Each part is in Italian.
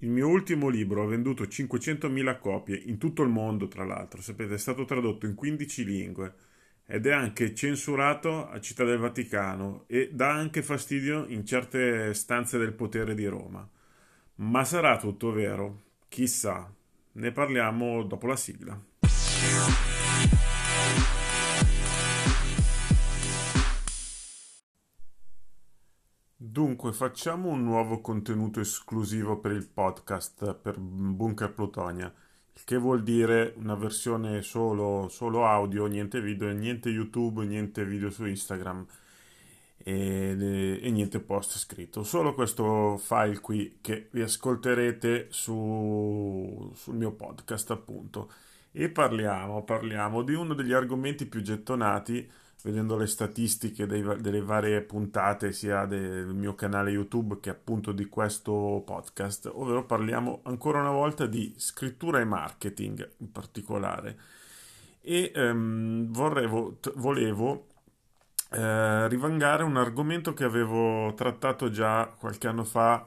Il mio ultimo libro ha venduto 500.000 copie in tutto il mondo, tra l'altro, sapete, è stato tradotto in 15 lingue ed è anche censurato a Città del Vaticano e dà anche fastidio in certe stanze del potere di Roma. Ma sarà tutto vero? Chissà. Ne parliamo dopo la sigla. Dunque, facciamo un nuovo contenuto esclusivo per il podcast, per Bunker Plutonia, il che vuol dire una versione solo audio, niente video, niente YouTube, niente video su Instagram e niente post scritto. Solo questo file qui che vi ascolterete sul mio podcast, appunto. E parliamo di uno degli argomenti più gettonati vedendo le statistiche delle varie puntate sia del mio canale YouTube che appunto di questo podcast, ovvero parliamo ancora una volta di scrittura e marketing in particolare. E volevo rivangare un argomento che avevo trattato già qualche anno fa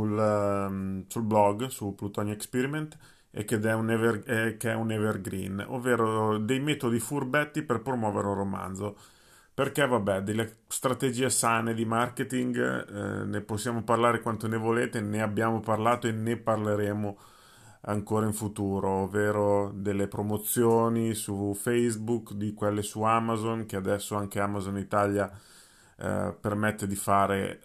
sul blog, su Plutonia Experiment, e che è un evergreen, ovvero dei metodi furbetti per promuovere un romanzo. Perché, vabbè, delle strategie sane di marketing ne possiamo parlare quanto ne volete, ne abbiamo parlato e ne parleremo ancora in futuro, ovvero delle promozioni su Facebook, di quelle su Amazon, che adesso anche Amazon Italia permette di fare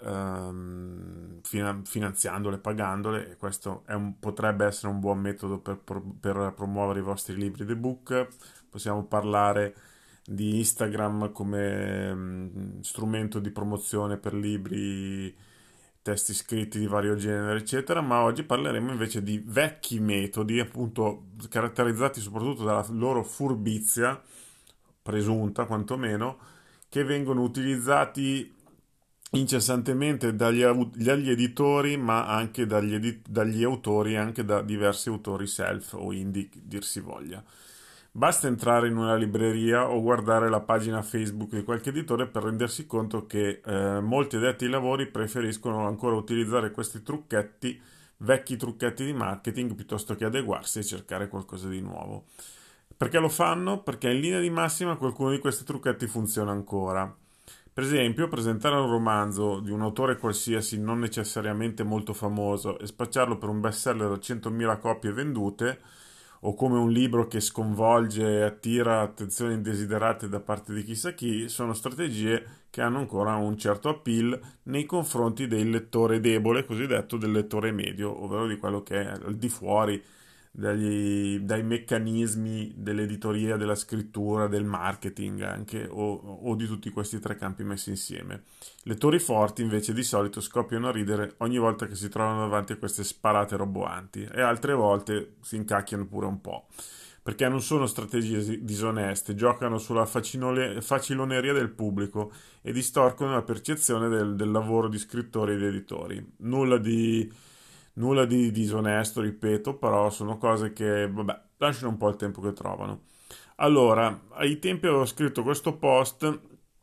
finanziandole, pagandole, e questo potrebbe essere un buon metodo per promuovere i vostri libri di book. Possiamo parlare di Instagram come strumento di promozione per libri, testi scritti di vario genere, eccetera, ma oggi parleremo invece di vecchi metodi, appunto caratterizzati soprattutto dalla loro furbizia, presunta quantomeno, che vengono utilizzati incessantemente dagli editori, ma anche dagli autori, anche da diversi autori self o indie, dir si voglia. Basta entrare in una libreria o guardare la pagina Facebook di qualche editore per rendersi conto che molti addetti ai lavori preferiscono ancora utilizzare questi trucchetti, vecchi trucchetti di marketing, piuttosto che adeguarsi e cercare qualcosa di nuovo. Perché lo fanno? Perché in linea di massima qualcuno di questi trucchetti funziona ancora. Per esempio, presentare un romanzo di un autore qualsiasi, non necessariamente molto famoso, e spacciarlo per un bestseller a 100.000 copie vendute, o come un libro che sconvolge e attira attenzioni indesiderate da parte di chissà chi, sono strategie che hanno ancora un certo appeal nei confronti del lettore debole, cosiddetto del lettore medio, ovvero di quello che è al di fuori dai meccanismi dell'editoria, della scrittura, del marketing anche, o di tutti questi tre campi messi insieme. Lettori forti invece di solito scoppiano a ridere ogni volta che si trovano davanti a queste sparate roboanti e altre volte si incacchiano pure un po'. Perché non sono strategie disoneste, giocano sulla faciloneria del pubblico e distorcono la percezione del lavoro di scrittori ed editori. Nulla di disonesto, ripeto, però sono cose che, vabbè, lasciano un po' il tempo che trovano. Allora, ai tempi avevo scritto questo post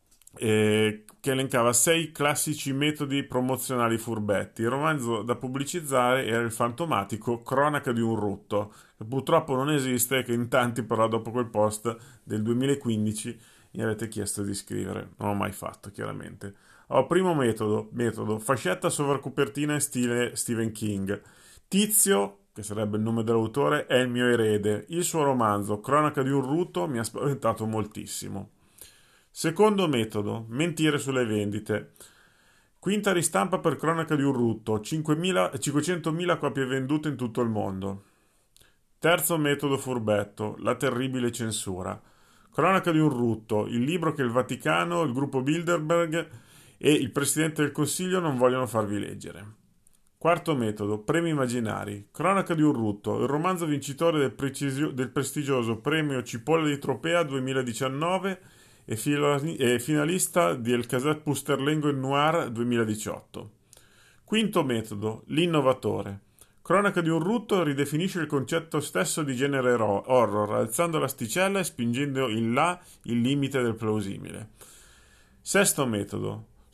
che elencava 6 classici metodi promozionali furbetti. Il romanzo da pubblicizzare era il fantomatico Cronaca di un rutto, che purtroppo non esiste e che in tanti però dopo quel post del 2015 mi avete chiesto di scrivere. Non l'ho mai fatto, chiaramente. Primo metodo, fascetta sovracopertina in stile Stephen King. Tizio, che sarebbe il nome dell'autore, è il mio erede. Il suo romanzo, Cronaca di un rutto, mi ha spaventato moltissimo. Secondo metodo, mentire sulle vendite. Quinta ristampa per Cronaca di un rutto, 500.000 copie vendute in tutto il mondo. Terzo metodo furbetto, la terribile censura. Cronaca di un rutto, il libro che il Vaticano, il gruppo Bilderberg e il Presidente del Consiglio non vogliono farvi leggere. Quarto metodo, premi immaginari. Cronaca di un rutto, il romanzo vincitore del prestigioso premio Cipolla di Tropea 2019 e finalista del Casette Pusterlengo Noir 2018. Quinto metodo, l'innovatore. Cronaca di un rutto ridefinisce il concetto stesso di genere horror, alzando l'asticella e spingendo in là il limite del plausibile. Sesto metodo,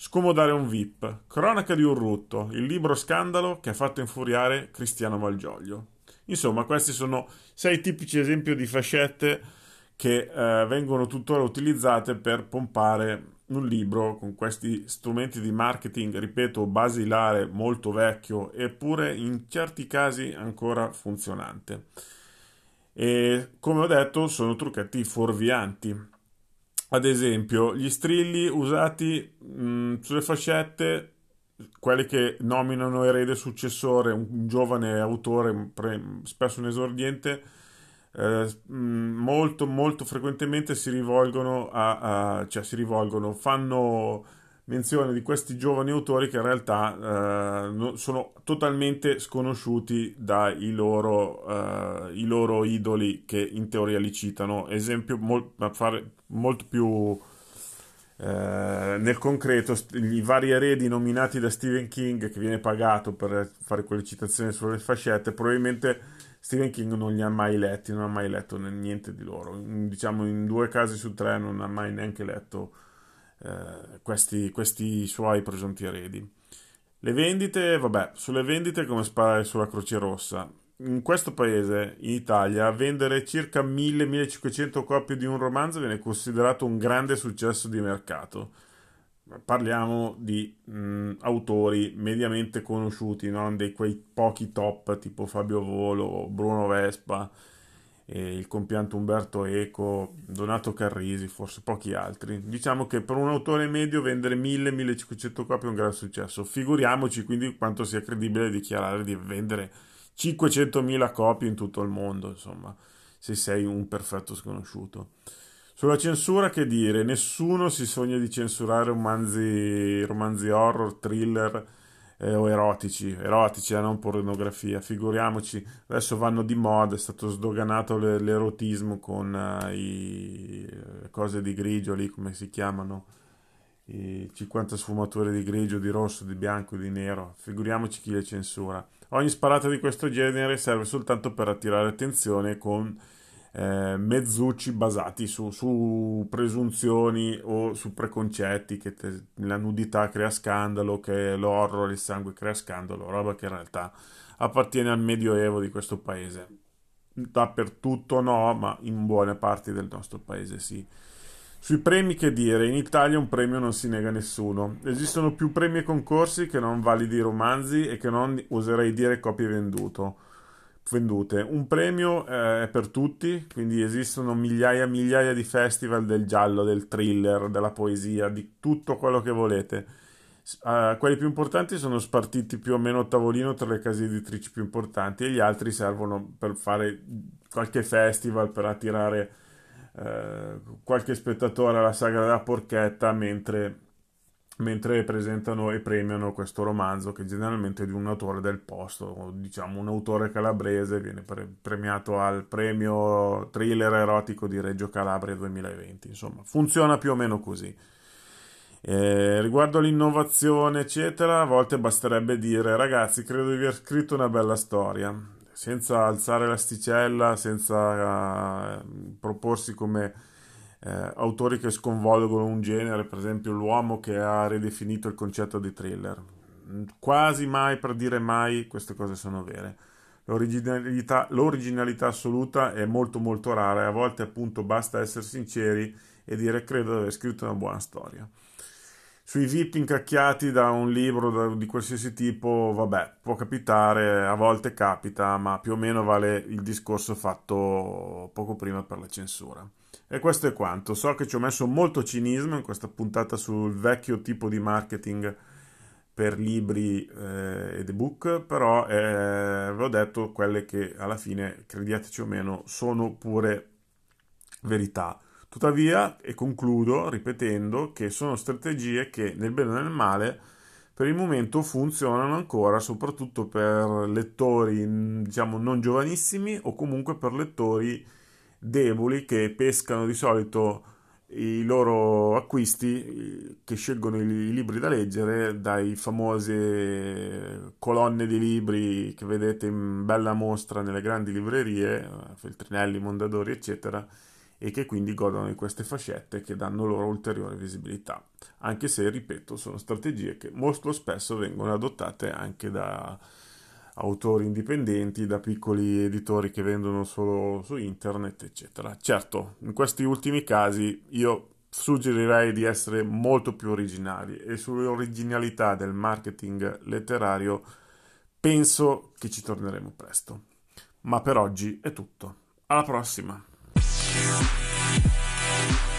Scomodare un VIP, cronaca di un rutto, il libro scandalo che ha fatto infuriare Cristiano Malgioglio. Insomma, questi sono 6 tipici esempi di fascette che vengono tuttora utilizzate per pompare un libro con questi strumenti di marketing, ripeto, basilare, molto vecchio, eppure in certi casi ancora funzionante. E come ho detto, sono trucchetti fuorvianti. Ad esempio, gli strilli usati sulle fascette, quelli che nominano erede successore un giovane autore, spesso un esordiente, molto molto frequentemente si rivolgono cioè si rivolgono, fanno menzione di questi giovani autori che in realtà sono totalmente sconosciuti i loro idoli che in teoria li citano. Esempio a fare molto più nel concreto, i vari eredi nominati da Stephen King, che viene pagato per fare quelle citazioni sulle fascette, probabilmente Stephen King non li ha mai letti, non ha mai letto niente di loro. Diciamo in 2 casi su 3 non ha mai neanche letto questi suoi presunti eredi. Le vendite, vabbè, sulle vendite è come sparare sulla Croce Rossa. In questo paese, in Italia, vendere circa 1000-1500 copie di un romanzo viene considerato un grande successo di mercato. Parliamo di autori mediamente conosciuti, non dei quei pochi top tipo Fabio Volo, Bruno Vespa, il compianto Umberto Eco, Donato Carrisi, forse pochi altri. Diciamo che per un autore medio vendere 1000-1500 copie è un gran successo. Figuriamoci quindi quanto sia credibile dichiarare di vendere 500.000 copie in tutto il mondo, insomma, se sei un perfetto sconosciuto. Sulla censura che dire, nessuno si sogna di censurare romanzi horror, thriller o erotici, non pornografia, figuriamoci, adesso vanno di moda, è stato sdoganato l'erotismo con cose di grigio lì, come si chiamano, i 50 sfumature di grigio, di rosso, di bianco, di nero, figuriamoci chi le censura. Ogni sparata di questo genere serve soltanto per attirare attenzione con mezzucci basati su presunzioni o su preconcetti che la nudità crea scandalo, che l'horror, il sangue crea scandalo, roba che in realtà appartiene al medioevo di questo paese. Dappertutto no, ma in buone parti del nostro paese sì. Sui premi che dire, in Italia un premio non si nega a nessuno. Esistono più premi e concorsi che non validi romanzi e che non oserei dire copie vendute. Un premio è per tutti, quindi esistono migliaia e migliaia di festival del giallo, del thriller, della poesia, di tutto quello che volete. Quelli più importanti sono spartiti più o meno a tavolino tra le case editrici più importanti e gli altri servono per fare qualche festival, per attirare qualche spettatore alla sagra della porchetta mentre presentano e premiano questo romanzo che generalmente è di un autore del posto, diciamo un autore calabrese, viene premiato al premio thriller erotico di Reggio Calabria 2020, insomma funziona più o meno così. Riguardo l'innovazione, eccetera, a volte basterebbe dire: ragazzi, credo di aver scritto una bella storia, senza alzare l'asticella, senza proporsi come autori che sconvolgono un genere, per esempio l'uomo che ha ridefinito il concetto di thriller. Quasi mai, per dire mai, queste cose sono vere. L'originalità assoluta è molto molto rara e a volte appunto basta essere sinceri e dire credo di aver scritto una buona storia. Sui VIP incacchiati da un libro di qualsiasi tipo, vabbè, può capitare, a volte capita, ma più o meno vale il discorso fatto poco prima per la censura. E questo è quanto. So che ci ho messo molto cinismo in questa puntata sul vecchio tipo di marketing per libri ed ebook, però vi ho detto quelle che alla fine, crediateci o meno, sono pure verità. Tuttavia, e concludo ripetendo che sono strategie che nel bene e nel male per il momento funzionano ancora, soprattutto per lettori, diciamo, non giovanissimi o comunque per lettori deboli che pescano di solito i loro acquisti, che scelgono i libri da leggere dai famose colonne di libri che vedete in bella mostra nelle grandi librerie, Feltrinelli, Mondadori, eccetera, e che quindi godono di queste fascette che danno loro ulteriore visibilità, anche se, ripeto, sono strategie che molto spesso vengono adottate anche da autori indipendenti, da piccoli editori che vendono solo su internet, eccetera. Certo, in questi ultimi casi io suggerirei di essere molto più originali e sull'originalità del marketing letterario penso che ci torneremo presto. Ma per oggi è tutto. Alla prossima!